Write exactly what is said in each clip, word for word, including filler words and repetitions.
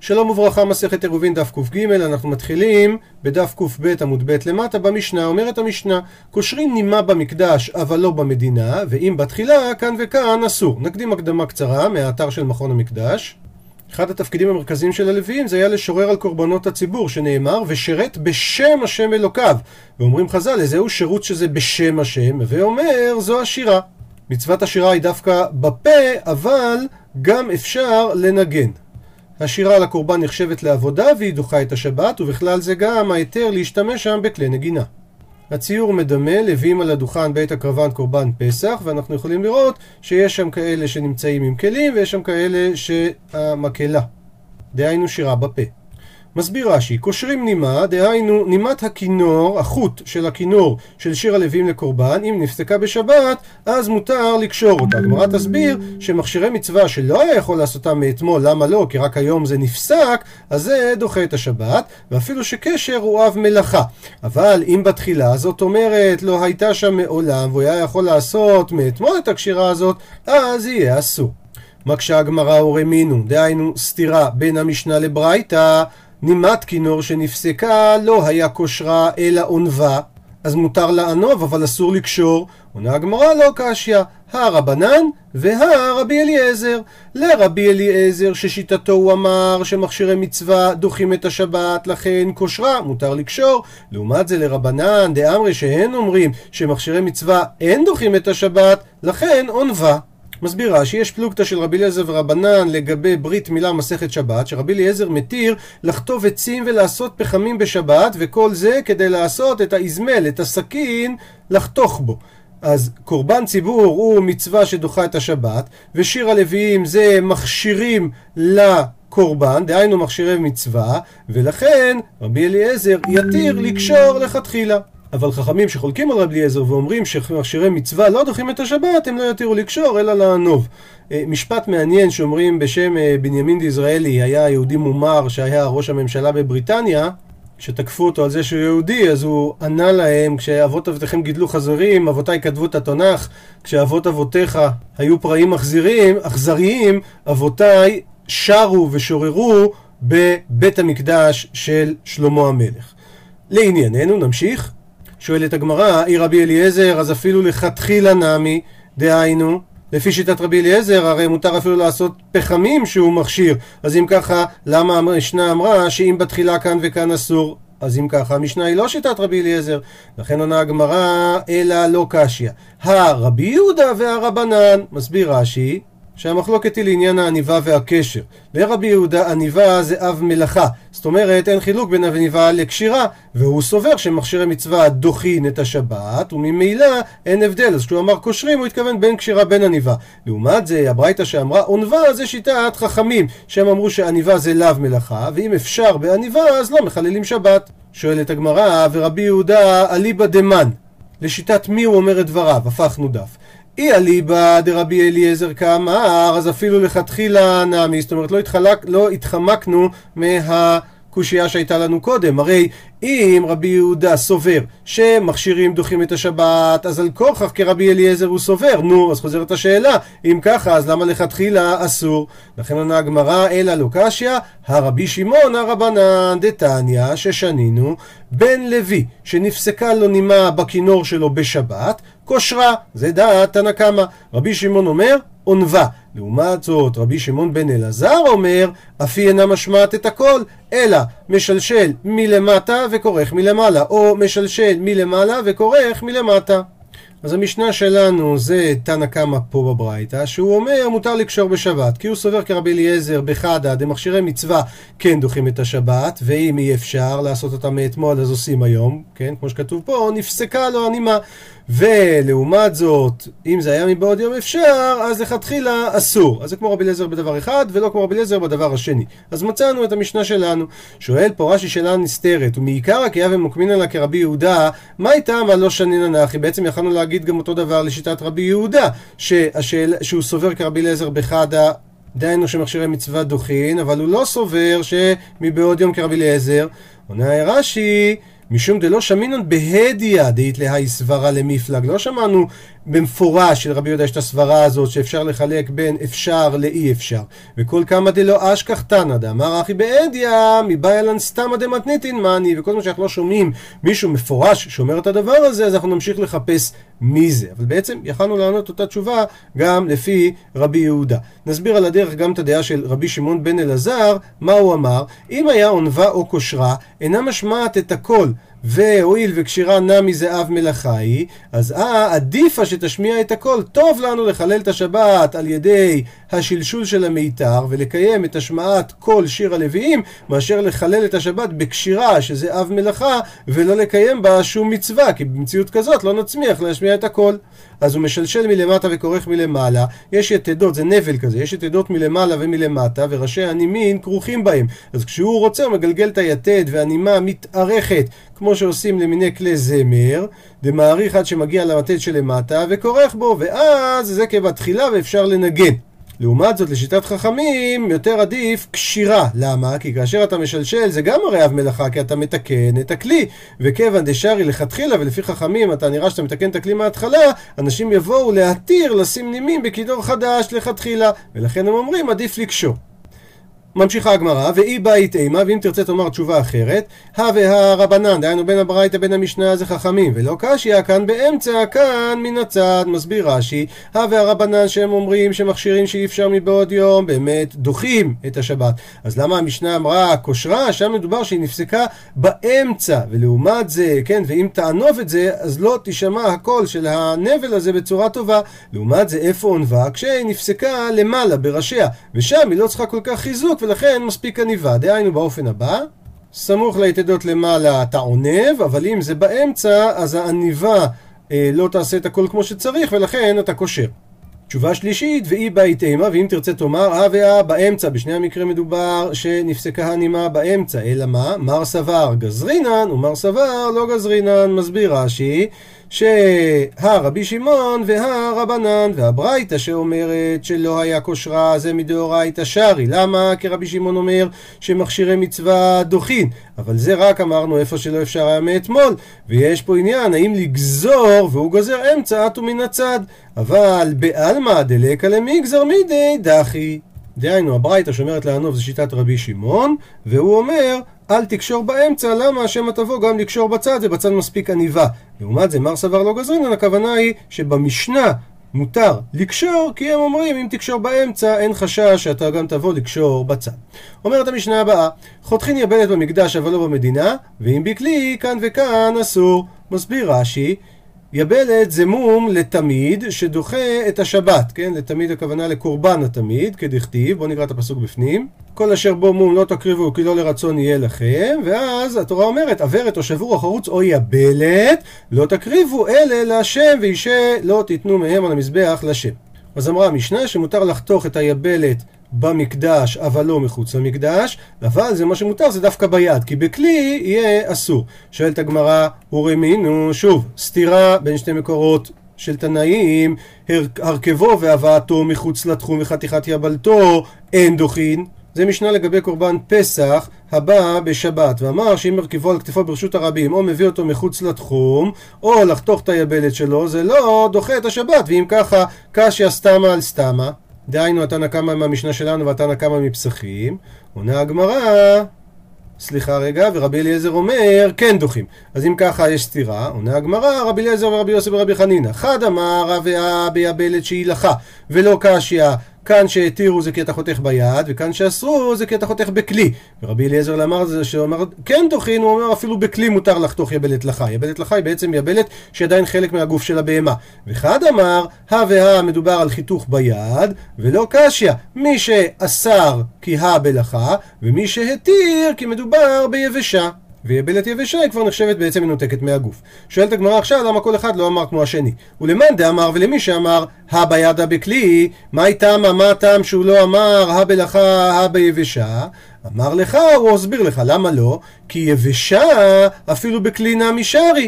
שלום וברכה, מסכת עירובין דף ק"ג. אנחנו מתחילים בדף ק"ב עמוד ב' למטה במשנה. אומרת המשנה, קושרים נימה במקדש אבל לא במדינה, ואם בתחילה כאן וכאן אסור. נקדים הקדמה קצרה מהאתר של מכון המקדש. אחד התפקידים המרכזיים של הלוויים זה היה לשורר על קורבנות הציבור, שנאמר ושרת בשם השם אלוקיו. ואומרים חז"ל, איזהו שירות שזה בשם השם, ואומר זו השירה. מצוות השירה היא דווקא בפה, אבל גם אפשר לנגן. השירה על הקורבן נחשבת לעבודה והיא דוחה את השבת, ובכלל זה גם ההיתר להשתמש שם בכלי נגינה. הציור מדמה לוויים על הדוכן בית הקרבן קורבן פסח, ואנחנו יכולים לראות שיש שם כאלה שנמצאים עם כלים ויש שם כאלה שהמקהלה, דהיינו שירה בפה. מסביר רש"י, קושרים נימה, דהיינו נימת הכינור, החוט של הכינור של שיר הלוויים לקורבן, אם נפסקה בשבת, אז מותר לקשור אותה. הגמרא תסביר שמכשירי מצווה שלא היה יכול לעשותם מאתמול, למה לא? כי רק היום זה נפסק, אז זה דוחה את השבת, ואפילו שקשר הוא אב מלאכה. אבל אם בתחילה, זאת אומרת, לא הייתה שם מעולם, והוא היה יכול לעשות מאתמול את הקשירה הזאת, אז יהיה אסור. מקשה הגמרא ורמינו, דהיינו סתירה בין המשנה לברייתא, נימת כינור שנפסקה לא היה קושרה אלא עונבה, אז מותר לענוב אבל אסור לקשור. עונה הגמרא לא קשיא, הרבנן והרבי אליעזר. לרבי אליעזר ששיטתו הוא אמר שמכשירי מצווה דוחים את השבת, לכן קושרה מותר לקשור. לעומת זה לרבנן דאמרי שהן אומרים שמכשירי מצווה אין דוחים את השבת, לכן עונבה. מסבירה שיש פלוגתא של רבי אליעזר ורבנן לגבי ברית מילה מסכת שבת, שרבי אליעזר מתיר לחטוב עצים ולעשות פחמים בשבת, וכל זה כדי לעשות את האזמל, את הסכין, לחתוך בו. אז קורבן ציבור הוא מצווה שדוחה את השבת, ושיר הלוויים זה מכשירים לקורבן, דהיינו מכשירי מצווה, ולכן רבי אליעזר יתיר לקשור לכתחילה. אבל חכמים שחולקים על רבי אליעזר ואומרים שמכשירי מצווה לא דוחים את השבת, הם לא יתירו לקשור אלא לענוב. משפט מעניין שאומרים בשם בנימין דיזרעאלי, היה יהודי מומר שהיה ראש הממשלה בבריטניה, כשתקפו אותו על זה שהוא יהודי, אז הוא ענה להם, כשאבות אבותיכם גידלו חזירים, אבותיי כתבו את התנ"ך, כשאבות אבותיך היו פראים אכזריים, אכזריים, אבותיי שרו ושוררו בבית המקדש של שלמה המלך. לענייננו נמשיך. שואלת הגמרא, אי רבי אליעזר, אז אפילו לכתחילה נמי, דהיינו, לפי שיטת רבי אליעזר, הרי מותר אפילו לעשות פחמים שהוא מכשיר. אז אם ככה, למה המשנה אמרה שאם בתחילה כאן וכאן אסור? אז אם ככה, המשנה היא לא שיטת רבי אליעזר. לכן עונה הגמרא, אלא לא קשיא. הרבי יהודה והרבנן, מסביר רש"י, שהמחלוקת היא לעניין העניבה והקשר. לרבי יהודה עניבה זה אב מלאכה, זאת אומרת אין חילוק בין עניבה לקשירה, והוא סובר שמכשירי מצווה דוחין את השבת, וממילא אין הבדל. אז כשהוא אמר קושרים הוא התכוון בין קשירה בין עניבה. לעומת זה הברייתא שאמרה עונבה זה שיטת חכמים, שהם אמרו שעניבה זה לאו מלאכה, ואם אפשר בעניבה אז לא מחללים שבת. שואלת הגמרא, ורבי יהודה אליבא דמן, לשיטת מי הוא אומר את דבריו? הפכנו דף. אי אליבא דרבי אליעזר כאמר, אז אפילו לכתחילה נמי, זאת אומרת לא, התחלק, לא התחמקנו מהקושייה שהייתה לנו קודם. הרי אם רבי יהודה סובר שמכשירים דוחים את השבת, אז על כורכך כרבי אליעזר הוא סובר. נו, אז חוזרת השאלה, אם ככה אז למה לכתחילה אסור? לכן עונה הגמרא, אלא לא קשיא, הרבי שמעון הרבנן דתניא ששנינו, בן לוי שנפסקה לו נימה בכינור שלו בשבת, קושרה, זה דעת תנא קמא. רבי שמעון אומר עונבה. לעומת זאת רבי שמעון בן אלעזר אומר אף היא אינה משמעת את הכל, אלא משלשל מלמטה וכורך מלמעלה, או משלשל מלמעלה וכורך מלמטה. אז המשנה שלנו זה תנא קמא פה בברייתא, שהוא אומר מותר לקשור בשבת, כי הוא סובר כרבי אליעזר בחדא דמכשירי מצווה כן דוחים את השבת, ואם אי אפשר לעשות אותה מאתמול אז עושים היום, כן, כמו שכתוב פה, נפסקה לו הנימה. ולעומת זאת, אם זה היה מבעוד יום אפשר, אז לכתחילה אסור. אז זה כמו רבי אליעזר בדבר אחד, ולא כמו רבי אליעזר בדבר השני. אז מצאנו את המשנה שלנו. שואל פה רש"י שאלה נסתרת, ומעיקר הקיה ומוקמין לה כרבי יהודה, מה הייתה מה לא שנין נחי? בעצם יכלנו להגיד גם אותו דבר לשיטת רבי יהודה, שהשאל, שהוא סובר כרבי אליעזר בחדא, דהיינו שמכשירי מצווה דוחין, אבל הוא לא סובר שמבעוד יום כרבי אליעזר. עונה רש"י, משום דלא שמינן בהדיא דאית להי סברה למפלג. לא שמענו במפורש של רבי יהודה יש את הסברה הזאת שאפשר לחלק בין אפשר לאי אפשר. וכל כמה דלא אשכח תנא דאמר אחי בעדיה מבעיה לן סתמא דמתניתין מאני, וכל מה שאנחנו לא שומעים מישהו מפורש שאומר את הדבר הזה, אז אנחנו נמשיך לחפש מי זה. אבל בעצם יכלנו לענות אותה תשובה גם לפי רבי יהודה. נסביר על הדרך גם את הדעה של רבי שמעון בן אלעזר. מה הוא אמר? אם היה עונבה או כושרה אינה משמעת את הכל, והואיל וקשירה נמי זהב מלאכה היא, אז אה, עדיפה שתשמיע את הכל. טוב לנו לחלל את השבת על ידי השלשול של המיתר ולקיים את השמעת כל שיר הלוויים, מאשר לחלל את השבת בקשירה שזה אב מלאכה ולא לקיים בה שום מצווה, כי במציאות כזאת לא נצמיח להשמיע את הכל. אז הוא משלשל מלמטה וכורך מלמעלה. יש יתדות, זה נבל כזה, יש יתדות מלמעלה ומלמטה, וראשי הנימין כרוכים בהם. אז כשהוא רוצה הוא מגלגל את היתד והנימה מתארכת, כמו שעושים למיני כלי זמר, דמעריך עד שמגיע למתד שלמטה וכורך בו, ואז זה כבתחילה ואפשר לנגן. לעומת זאת, לשיטת חכמים, יותר עדיף קשירה. למה? כי כאשר אתה משלשל זה גם הרי אב מלאכה, כי אתה מתקן את הכלי. וכיוון דשארי לכתחילה, ולפי חכמים אתה נראה שאתה מתקן את הכלי מההתחלה, אנשים יבואו להתיר לשים נימים בכידור חדש לכתחילה, ולכן הם אומרים עדיף לקשור. ממשיכה הגמרא, ואי בית אימה, ואם תרצה תאמר תשובה אחרת, הא והרבנן, דהיינו בין הברייתא בין המשנה זה חכמים, ולא קשיא, כאן באמצע, כאן מן הצד. מסביר רש"י, הא והרבנן שהם אומרים שמכשירים שאי אפשר מבעוד יום, באמת דוחים את השבת. אז למה המשנה אמרה כושרה? שם מדובר שהיא נפסקה באמצע, ולעומת זה, כן, ואם תענוב את זה, אז לא תשמע הקול של הנבל הזה בצורה טובה. לעומת זה, איפה עונבה? כשהיא נפסקה למעלה בראשיה, ושם היא לא צריכה כל כך חיזוק, ולכן מספיק עניבה. דהיינו באופן הבא, סמוך ליתדות למעלה אתה עונב, אבל אם זה באמצע אז העניבה אה, לא תעשה את הכל כמו שצריך, ולכן אתה קושר. תשובה שלישית, ואי בית אימה, ואם תרצה תאמר הא והא באמצע. בשני המקרה מדובר שנפסקה הנימה באמצע, אלא מה? מר סבר גזרינן ומר סבר לא גזרינן. מסביר רש"י שהרבי שמעון והרבנן והברייתא שאומרת שלא היה כושרה זה מדאורייתא שרי. למה? כי רבי שמעון אומר שמכשירי מצווה דוחין, אבל זה רק אמרנו איפה שלא אפשר היה מאתמול, ויש פה עניין האם לגזור, והוא גוזר אמצע עטו מן הצד. אבל בעלמא דלקא למגזר מידי דחי. דהיינו הברייתא שאומרת לענוב זה שיטת רבי שמעון, והוא אומר אל תקשור באמצע. למה? שמא תבוא גם לקשור בצד, זה בצד מספיק עניבה. לעומת זה מר סבר לא גזרינן, הכוונה היא שבמשנה מותר לקשור, כי הם אומרים אם תקשור באמצע אין חשש שאתה גם תבוא לקשור בצד. אומרת המשנה הבאה, חותכין יבלת במקדש אבל לא במדינה, ואם בכלי כאן וכאן אסור. מסביר רש"י, יבלת זה מום לתמיד שדוחה את השבת, כן? לתמיד הכוונה לקורבן התמיד, כדכתיב. בואו נקרא את הפסוק בפנים. כל אשר בו מום לא תקריבו כי לא לרצון יהיה לכם. ואז התורה אומרת, עברת או שבור או חרוץ או יבלת לא תקריבו אלה להשם, וישה לא תיתנו מהם על המזבח לשם. אז אמרה המשנה שמותר לחתוך את היבלת במקדש אבל לא מחוץ למקדש, אבל זה מה שמותר זה דווקא ביד, כי בכלי יהיה אסור. שואלת הגמרא, ורמינו, שוב, סתירה בין שתי מקורות של תנאים, הרכבו והבאתו מחוץ לתחום וחתיכת יבלתו אין דוחין. זה משנה לגבי קורבן פסח הבא בשבת, ואמר שאם הרכבו על כתפו ברשות הרבים או מביא אותו מחוץ לתחום או לחתוך את היבלת שלו, זה לא דוחה את השבת. ואם ככה קשיא סתמא על סתמא, דהיינו התנא קמא מהמשנה שלנו והתנא קמא מפסחים. עונה הגמרא, סליחה רגע, ורבי אליעזר אומר כן דוחים. אז אם ככה יש סתירה. עונה הגמרא, רבי אליעזר ורבי יוסף ורבי חנינא, חד אמר הא והא ביבלת שהילכה ולא קשיא, כאן שהתירו זה כי אתה חותך ביד, וכאן שאסרו זה כי אתה חותך בכלי. ורבי אליעזר אמר זה שאומר כן דוחין, הוא אומר אפילו בכלי מותר לחתוך יבלת לחי. יבלת לחי בעצם יבלת שעדיין חלק מהגוף של הבהמה. וחד אמר הא והא מדובר על חיתוך ביד ולא קשיא, מי שאסר כי הא בלחה, ומי שהתיר כי מדובר ביבשה. ויבלת יבשה היא כבר נחשבת בעצם מנותקת מהגוף. שואלת הגמרא עכשיו למה כל אחד לא אמר כמו השני. ולמאן דאמר, ולמי שאמר הא בידה בכלי, מה איתמה, מה הטעם שהוא לא אמר הא בלחה הא ביבשה? אמר לך, הוא הסביר לך למה לא, כי יבשה אפילו בכלי נמי שרי.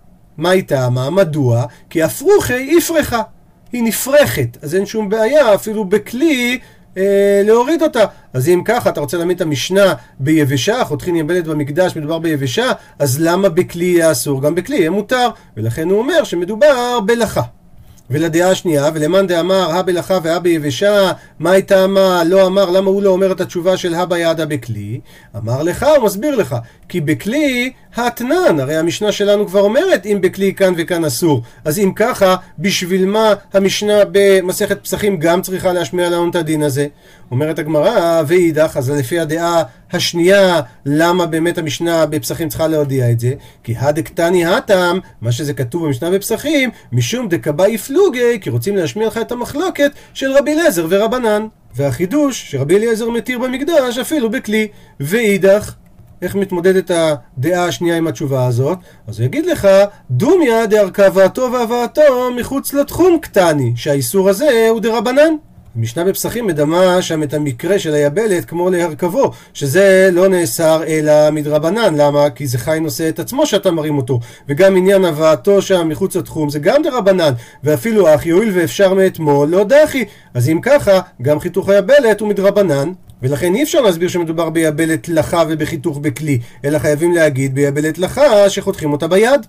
מה איתמה? מדוע? כי אפרוחי יפרחה, היא נפרחת, אז אין שום בעיה אפילו בכלי אה, להוריד אותה. אז אם ככה אתה רוצה להעמיד את המשנה ביבשה, חותכין יבלת במקדש מדובר ביבשה, אז למה בכלי יהיה אסור? גם בכלי יהיה מותר, ולכן הוא אומר שמדובר בלחה. ולדעה השנייה, ולמאן דאמר הא בלחה והא ביבשה, מה הייתה מה לא אמר, למה הוא לא אומר את התשובה של הא בידה בכלי? אמר לך, הוא מסביר לך, כי בכלי התנן, הרי המשנה שלנו כבר אומרת אם בכלי כאן וכאן אסור. אז אם ככה, בשביל מה המשנה במסכת פסחים גם צריכה להשמיע לנו את הדין הזה? אומרת הגמרא, ואידך, אז לפי הדעה השנייה, למה באמת המשנה בפסחים צריכה להודיע את זה? כי הדקתני הטם, מה שזה כתוב במשנה בפסחים, משום דקבאי פלוגי, כי רוצים להשמיע לך את המחלוקת של רבי אליעזר ורבנן. והחידוש שרבי אליעזר מתיר במקדש אפילו בכלי. ואידך, איך מתמודדת הדעה השנייה עם התשובה הזאת? אז הוא יגיד לך, דומיה דהרכבתו והבאתו מחוץ לתחום קטני, שהאיסור הזה הוא דרבנן. המשנה בפסחים מדמה שם את המקרה של היבלת כמו להרכבו, שזה לא נאסר אלא מדרבנן. למה? כי זה חי נושא את עצמו שאתה מרים אותו, וגם עניין הבאתו שם מחוץ לתחום זה גם דרבנן, ואפילו אך יועיל ואפשר מאתמול לא דחי. אז אם ככה, גם חיתוך היבלת הוא מדרבנן, ולכן אי אפשר להסביר שמדובר ביבלת לחה ובחיתוך בכלי, אלא חייבים להגיד ביבלת לחה שחותכים אותה ביד.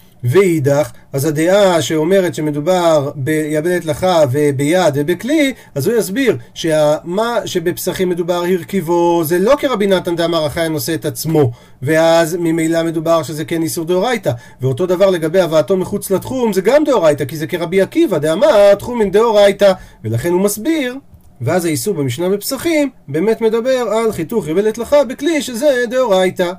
ואידך, אז הדעה שאומרת שמדובר ביבלת לחה וביד ובכלי, אז הוא יסביר שמה שבפסחים מדובר הרכיבו זה לא כרבי נתן דאמר החי נושא את עצמו, ואז ממילא מדובר שזה כן איסור דאורייתא. ואותו דבר לגבי הבאתו מחוץ לתחום זה גם דאורייתא, כי זה כרבי עקיבא דאמר תחום מן דאורייתא, ולכן הוא מסביר. ואז האיסור במשנה בפסחים באמת מדבר על חיתוך יבלת לחה בכלי שזה דאורייתא.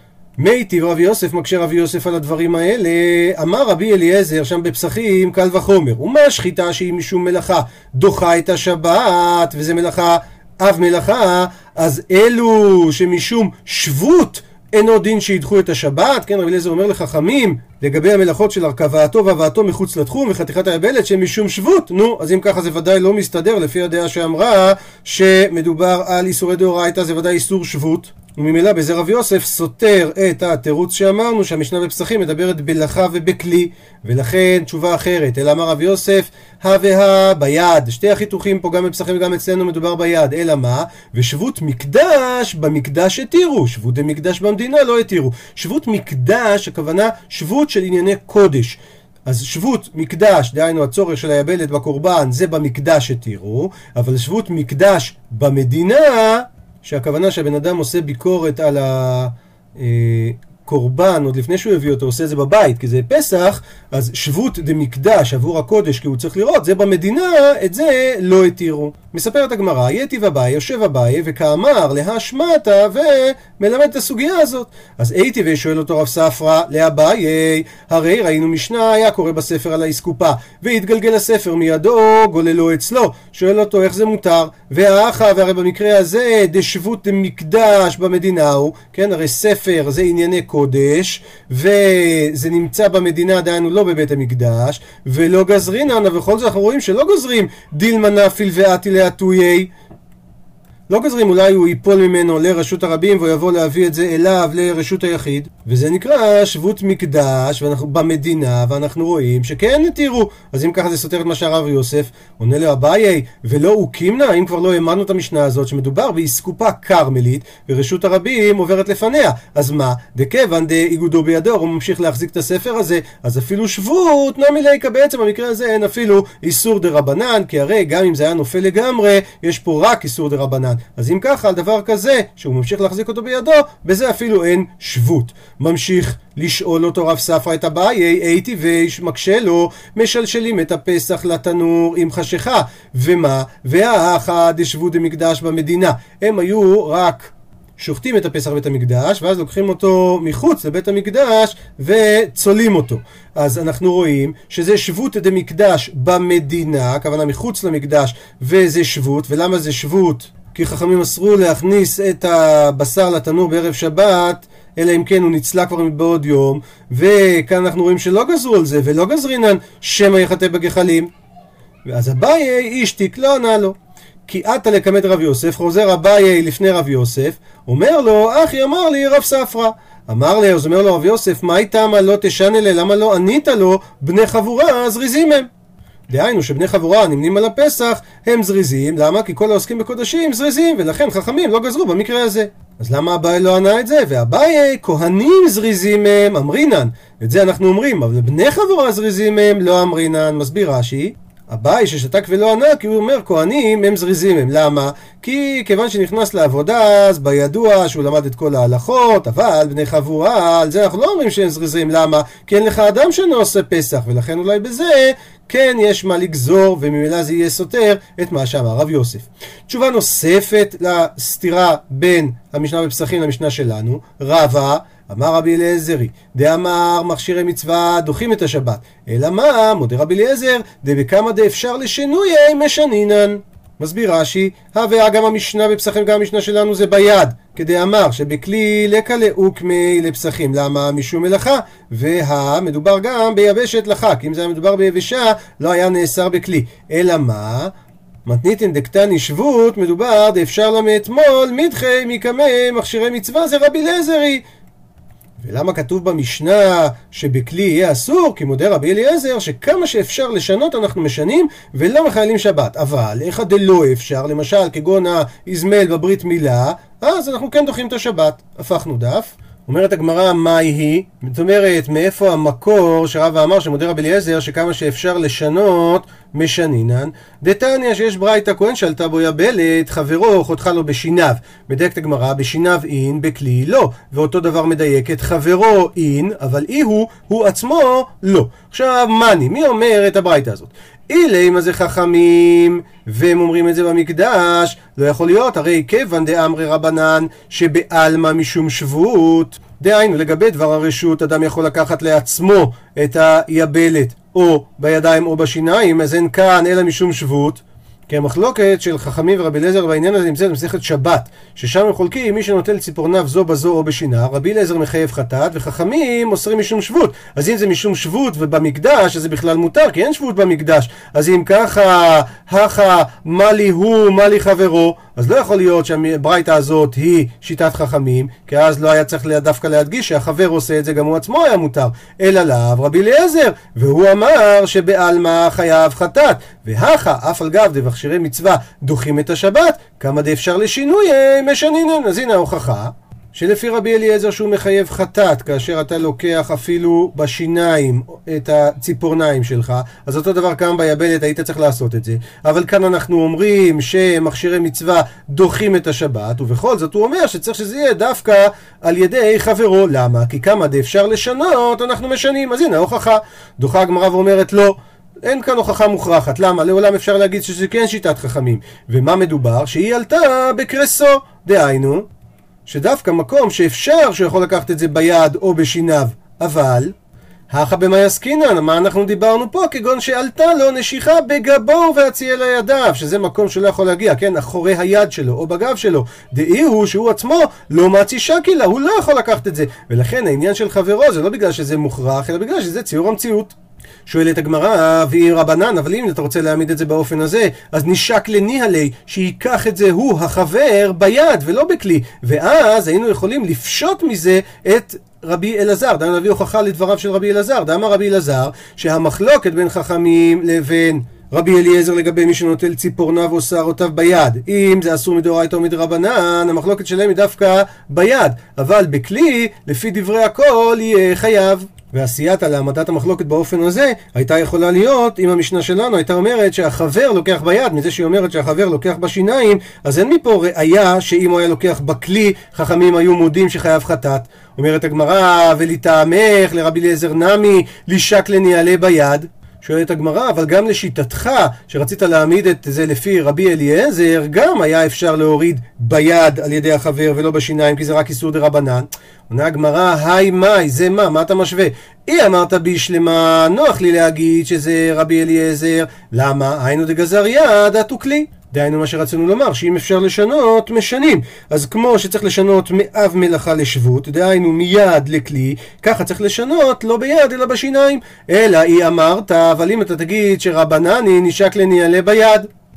מיטיב רבי יוסף, מקשה רבי יוסף על הדברים האלה. אמר רבי אליעזר שם בפסחים קל וחומר, ומה שחיטה שהיא משום מלאכה דוחה את השבת, וזה מלאכה אב מלאכה, אז אלו שמשום שבות אינו דין שידחו את השבת. כן, רבי אליעזר אומר לחכמים לגבי המלאכות של הרכבתו והבאתו מחוץ לתחום וחתיכת היבלת שמשום שבות. נו, אז אם ככה זה ודאי לא מסתדר לפי הדעה שאמרה שמדובר על איסורי דאורייתא, זה ודאי איסור שבות, וממילא בזה רבי יוסף סותר את התירוץ שאמרנו שהמשנה בפסחים מדברת בלחה ובכלי. ולכן תשובה אחרת, אלא אמר רבי יוסף הא והא ביד. שתי החיתוכים פה גם בפסחים וגם אצלנו מדובר ביד, אלא מה? ושבות מקדש במקדש התירו, שבות דמקדש במדינה לא התירו. שבות מקדש, הכוונה שבות של ענייני קודש. אז שבות מקדש, דהיינו הצורך של היבלת בקורבן, זה במקדש התירו, אבל שבות מקדש במדינה, שהכוונה שהבן אדם עושה ביקורת על הקורבן עוד לפני שהוא הביא אותו, עושה את זה בבית כי זה פסח, אז שבות דמקדש עבור הקודש כי הוא צריך לראות, זה במדינה, את זה לא התירו. מספרת הגמרא, יתיב אביי, יושב אביי וכאמר להשמטה ומלמד את הסוגיה הזאת. אז הייתי ושואל אותו רב ספרא לאביי, הרי ראינו משנה היה קורא בספר על האסקופה והתגלגל הספר מידו גוללו אצלו. שואל אותו איך זה מותר, והאחה, והרי במקרה הזה דשבות דמקדש במדינה הוא, כן, הרי ספר זה ענייני קודש וזה נמצא במדינה, דהיינו לא בבית המקדש, ולא גזרינן, ובכל זאת אנחנו רואים שלא גוזרים דילמה נפיל ואתי להטויי, לא גזרים, אולי הוא ייפול ממנו לרשות הרבים והוא יבוא להביא את זה אליו לרשות היחיד, וזה נקרא שבות מקדש ואנחנו במדינה, ואנחנו רואים שכן נתירו. אז אם ככה זה סותר את מה שהרב יוסף. עונה לו אביי, ולא הוא קימנה, אם כבר לא האמנו את המשנה הזאת שמדובר באסקופה קרמלית ורשות הרבים עוברת לפניה, אז מה? דכיוון דאיגודו בידו, הוא ממשיך להחזיק את הספר הזה, אז אפילו שבות נמי ליקה, בעצם במקרה הזה אין אפילו איסור דרבנן, כי הרי גם אם זה היה נופל לגמרי יש פה רק איסור דרבנן. אז אם ככה על דבר כזה שהוא ממשיך להחזיק אותו בידו, בזה אפילו אין שבות. ממשיך לשאול אותו רב ספרא את אביי, הייתי ויש מקשה לו, משלשלים את הפסח לתנור עם חשיכה, ומה? והאחה דשבות דמקדש במדינה, הם היו רק שוחטים את הפסח בבית המקדש ואז לוקחים אותו מחוץ לבית המקדש וצולים אותו. אז אנחנו רואים שזה שבות דמקדש במדינה, הכוונה מחוץ למקדש, וזה שבות. ולמה זה שבות? כי חכמים אסרו להכניס את הבשר לתנור בערב שבת, אלא אם כן הוא נצלה כבר מבעוד יום, וכאן אנחנו רואים שלא גזרו על זה, ולא גזרינן שמא יחטא בגחלים. ואז אביי השתיק, לא ענה לו. כי עתה לקמת רב יוסף, חוזר אביי לפני רב יוסף, אומר לו, אחי אמר לי רב ספרא. אמר לי, אז אומר לו רב יוסף, מה איתם לא תשנה לי, למה לא ענית לו, בני חבורה זריזים הם. דהיינו שבני חבורה נמנים על הפסח הם זריזים. למה? כי כל העוסקים בקודשים זריזים, ולכן חכמים לא גזרו במקרה הזה. אז למה אביי לא ענה את זה? ואביי, כהנים זריזים הם אמרינן. את זה אנחנו אומרים, אבל בני חבורה זריזים הם לא אמרינן. מסביר רש"י, אביי ששתק ולא ענה, כי הוא אומר כהנים הם זריזים הם. למה? כי כיוון שנכנס לעבודה, אז בידוע שהוא למד את כל ההלכות, אבל בני חבורה, על זה אנחנו לא אומרים שהם זריזים. למה? כי אין לך אדם שאינו עושה פסח, ולכן אולי בזה כן יש מה לגזור, וממילא זה יהיה סותר את מה שאמר רב יוסף. תשובה נוספת לסתירה בין המשנה בפסחים למשנה שלנו, רבא אמר רבי אליעזרי, דאמר מכשירי מצווה דוחים את השבת, אלא מה? מודה רבי אליעזר, דבכמה דאפשר לשינויי משנינן. מסביר רש"י, הווה גם המשנה בפסחים גם המשנה שלנו זה ביד, כדאמר שבכלי לקלה וקמי לפסחים. למה? משום מלאכה, והמדובר גם ביבשת לחק. אם זה היה מדובר ביבשה, לא היה נאסר בכלי. אלא מה? מתניתין דקטני שבות, מדובר דאפשר לה מאתמול, מדחי מקמי מכשירי מצווה, זה רבי אליעזרי. ולמה כתוב במשנה שבכלי יהיה אסור? כי מודה רבי אליעזר שכמה שאפשר לשנות אנחנו משנים ולא מחללים שבת. אבל איך דלא אפשר, למשל כגון האזמל בברית מילה, אז אנחנו כן דוחים את השבת. הפכנו דף. אומרת הגמרא, מה היא? זאת אומרת, מאיפה המקור שרבא אמר שמודה רבי אליעזר שכמה שאפשר לשנות משנינן? דתניא שיש ברייתא כהן שלטה בו יבלת, חברו חותכה לו בשיניו. מדייקת הגמרא, בשיניו אין, בכלי לא. ואותו דבר מדייקת, חברו אין, אבל אי הוא, הוא עצמו לא. עכשיו, מני, מי אומר את הברייתא הזאת? אילי מה זה חכמים, והם אומרים את זה במקדש, לא יכול להיות, הרי כיוון דאמרי רבנן שבעלמא משום שבות. דהיינו, לגבי דבר הרשות, אדם יכול לקחת לעצמו את היבלת או בידיים או בשיניים, אז אין כאן אלא משום שבות. כי המחלוקת של חכמים ורבי אליעזר בעניין הזה נמצאת במסכת שבת, ששם הם חולקים מי שנוטל ציפורניו זו בזו או בשינה, רבי אליעזר מחייב חטאת וחכמים אוסרים משום שבות. אז אם זה משום שבות ובמקדש, אז זה בכלל מותר, כי אין שבות במקדש. אז אם ככה, הכה, מה לי הוא, מה לי חברו, אז לא יכול להיות שהברייתא הזאת היא שיטת חכמים, כי אז לא היה צריך דווקא להדגיש שהחבר עושה את זה, גם הוא עצמו היה מותר. אלא לאו רבי אליעזר, והוא אמר שבעלמא חייב חטאת, והכה אף על גב דמכשירי מצווה דוחים את השבת, כמה דאפשר לשינוי משנינן. אז הנה ההוכחה שלפי רבי אליעזר שהוא מחייב חטאת כאשר אתה לוקח אפילו בשיניים את הציפורניים שלך, אז אותו דבר כאן ביבלת היית צריך לעשות את זה. אבל כאן אנחנו אומרים שמכשירי מצווה דוחים את השבת, ובכל זאת הוא אומר שצריך שזה יהיה דווקא על ידי חברו. למה? כי כמה דאפשר לשנות אנחנו משנים. אז הנה ההוכחה. דוחה הגמרא ואומרת לא, אין כאן הוכחה מוכרחת. למה? לעולם אפשר להגיד שזה כן שיטת חכמים. ומה מדובר? שהיא עלתה בקרסו, דהיינו שדווקא מקום שאפשר שהוא יכול לקחת את זה ביד או בשיניו, אבל הכה במאי עסקינן, מה אנחנו דיברנו פה? כגון שעלתה לו נשיכה בגבו והציע לידיו, שזה מקום שלא יכול להגיע, כן, אחורי היד שלו או בגב שלו. דאי הוא שהוא עצמו לא מצי שקילה, הוא לא יכול לקחת את זה. ולכן העניין של חברו זה לא בגלל שזה מוכרח, אלא בגלל שזה ציור המציאות. שואלת הגמרא, והיא רבנן, אבל אם אתה רוצה להעמיד את זה באופן הזה, אז נשק לניהלי שיקח את זה הוא החבר ביד ולא בכלי, ואז היינו יכולים לפשוט מזה את רבי אלעזר. דהיינו להביא הוכחה לדבריו של רבי אלעזר. דאמר רבי אלעזר שהמחלוקת בין חכמים לבין רבי אליעזר לגבי מי שנוטל ציפורניו או שערותיו ביד, אם זה אסור מדאורייתא או מדרבנן, המחלוקת שלהם היא דווקא ביד, אבל בכלי לפי דברי הכל יהיה חייב. ועשייתה להעמדת המחלוקת באופן הזה הייתה יכולה להיות אם המשנה שלנו הייתה אומרת שהחבר לוקח ביד, מזה שהיא אומרת שהחבר לוקח בשיניים, אז אין מפה ראיה שאם הוא היה לוקח בכלי חכמים היו מודים שחייב חטאת. אומרת הגמרא, ולטעמך לרבי אליעזר נמי לישק לניעלה ביד. שואלת הגמרא, אבל גם לשיטתך שרצית להעמיד את זה לפי רבי אליעזר, גם היה אפשר להוריד ביד על ידי החבר ולא בשיניים, כי זה רק איסור דרבנן. עונה הגמרא, היי מאי, זה מה? מה אתה משווה? אי אמרת בישלמה, נוח לי להגיד שזה רבי אליעזר. למה? היינו דגזר יד, עטו כלי. דהיינו מה שרצינו לומר, שאם אפשר לשנות, משנים. אז כמו שצריך לשנות מאב מלאכה לשבות, דהיינו מיד לכלי, ככה צריך לשנות לא ביד אלא בשיניים. אלא היא אמרת, אבל אם אתה תגיד שרבנני נשק לניעלה ביד,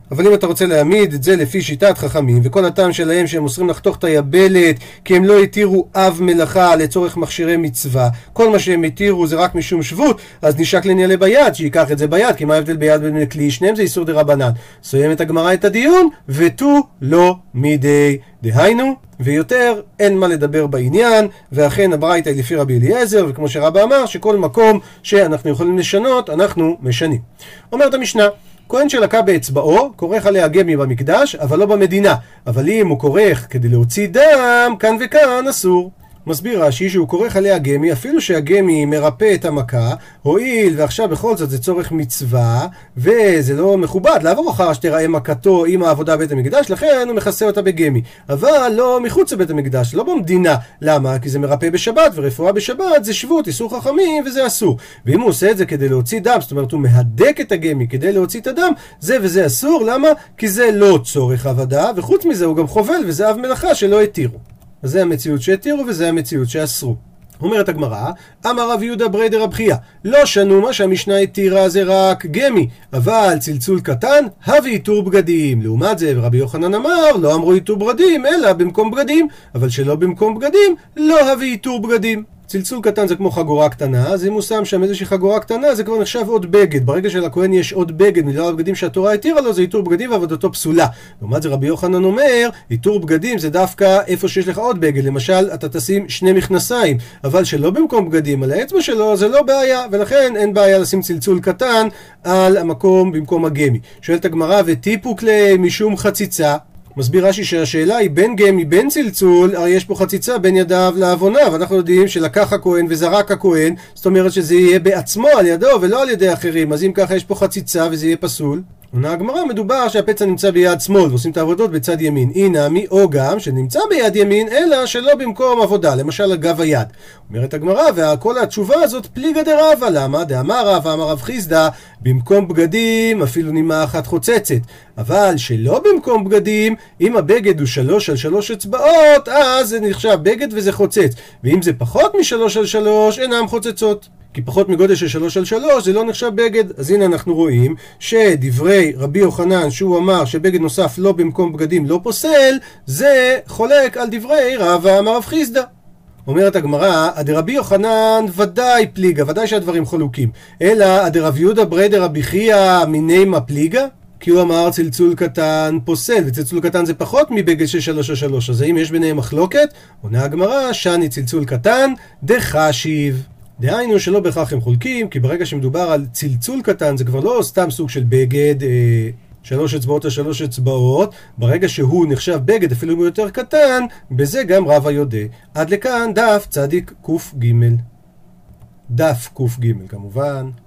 אבל אם אתה רוצה להעמיד את זה לפי שיטת חכמים, וכל הטעם שלהם שהם אוסרים לחתוך את היבלת כי הם לא התירו אב מלאכה לצורך מכשירי מצווה, כל מה שהם התירו זה רק משום שבות, אז נשק לניאלה ביד, שיקח את זה ביד, כי מה ההבדל ביד בין כלי? שניהם זה איסור דרבנן. סיימת הגמרא את הדיון, ותו לא מידי דהיינו, ויותר אין מה לדבר בעניין, ואכן הברייתא היא לפי רבי אליעזר, וכמו שרבא אמר, שכל מקום שאנחנו יכולים לשנות, אנחנו משנים. אומרת המשנה, כהן שלקה באצבעו, כורך עליה גמי במקדש, אבל לא במדינה. אבל אם הוא כורך כדי להוציא דם, כאן וכאן אסור. מסביר רש"י שהוא כורך עליה גמי, אפילו שהגמי מרפא את המכה, הואיל ועכשיו בכל זאת זה צורך מצווה, וזה לא מכובד לעבור אחר שתראה מכתו עם העבודה בבית המקדש, לכן הוא מכסה אותה בגמי. אבל לא מחוץ לבית המקדש, לא במדינה. למה? כי זה מרפא בשבת, ורפואה בשבת זה שבות, איסור חכמים, וזה אסור. ואם הוא עושה את זה כדי להוציא דם, זאת אומרת הוא מהדק את הגמי כדי להוציא את הדם, זה וזה אסור. למה? כי זה לא צורך עבודה, וחוץ מזה הוא גם חובל, וזה אב מלאכה שלא התירו. אז זה המציאות שהתירו וזה המציאות שאסרו. אומרת הגמרא, אמר רב יהודה ברי דרב חייא, לא שנו מה שהמשנה התירה זה רק גמי, אבל צלצול קטן, הביא איתור בגדים. לעומת זה רבי יוחנן אמר, לא אמרו איתור בגדים, אלא במקום בגדים, אבל שלא במקום בגדים, לא הביא איתור בגדים. צלצול קטן זה כמו חגורה קטנה, אז אם הוא שם שם איזושהי חגורה קטנה, זה כבר נחשב עוד בגד. ברגע שלכהן יש עוד בגד, מלא הבגדים שהתורה התירה לו, זה איתור בגדים ועבודתו פסולה. לעומת זה רבי יוחנן אומר, איתור בגדים זה דווקא איפה שיש לך עוד בגד. למשל, אתה תשים שני מכנסיים, אבל שלא במקום בגדים, על האצבע שלו, זה לא בעיה, ולכן אין בעיה לשים צלצול קטן על המקום במקום הגמי. שואלת הגמרא, וטיפוק לי משום חציצה? מסביר רש"י שהשאלה היא בין גמי בין צלצול, הרי יש פה חציצה בין ידיו לעוונה, ואנחנו יודעים שלקח הכהן וזרק הכהן, זאת אומרת שזה יהיה בעצמו על ידו ולא על ידי אחרים, אז אם ככה יש פה חציצה וזה יהיה פסול. עונה הגמרא, מדובר שהפצע נמצא ביד שמאל ועושים את העבודות בצד ימין. הנה מי או גם שנמצא ביד ימין אלא שלא במקום עבודה, למשל על גב היד. אומרת הגמרא, וכל התשובה הזאת פליגה דרבא. למה? דאמר רבא אמר רב חיסדא, במקום בגדים אפילו נימה אחת חוצצת, אבל שלא במקום בגדים, אם הבגד הוא שלוש על שלוש אצבעות, אז זה נחשב בגד וזה חוצץ, ואם זה פחות משלוש על שלוש אינם חוצצות, כי פחות מגודל של שלוש על שלוש זה לא נחשב בגד. אז הנה אנחנו רואים שדברי רבי יוחנן שהוא אמר שבגד נוסף לא במקום בגדים לא פוסל, זה חולק על דברי רבא אמר רב חיסדא. אומרת הגמרא, דרבי יוחנן ודאי פליגה, ודאי שהדברים חלוקים, אלא דרב יהודה ברי דרבי חייא מינימה פליגה, כי הוא אמר צלצול קטן פוסל, וצלצול קטן זה פחות מבגד של שלוש על שלוש, אז האם יש ביניהם מחלוקת? עונה הגמרא, שני צלצול קטן דחשיב. דהיינו שלא בהכרח הם חולקים, כי ברגע שמדובר על צלצול קטן זה כבר לא סתם סוג של בגד אה, שלוש אצבעות על שלוש אצבעות, ברגע שהוא נחשב בגד אפילו אם הוא יותר קטן, בזה גם רבא יודע. עד לכאן דף צדיק קוף ג', דף קוף ג' כמובן.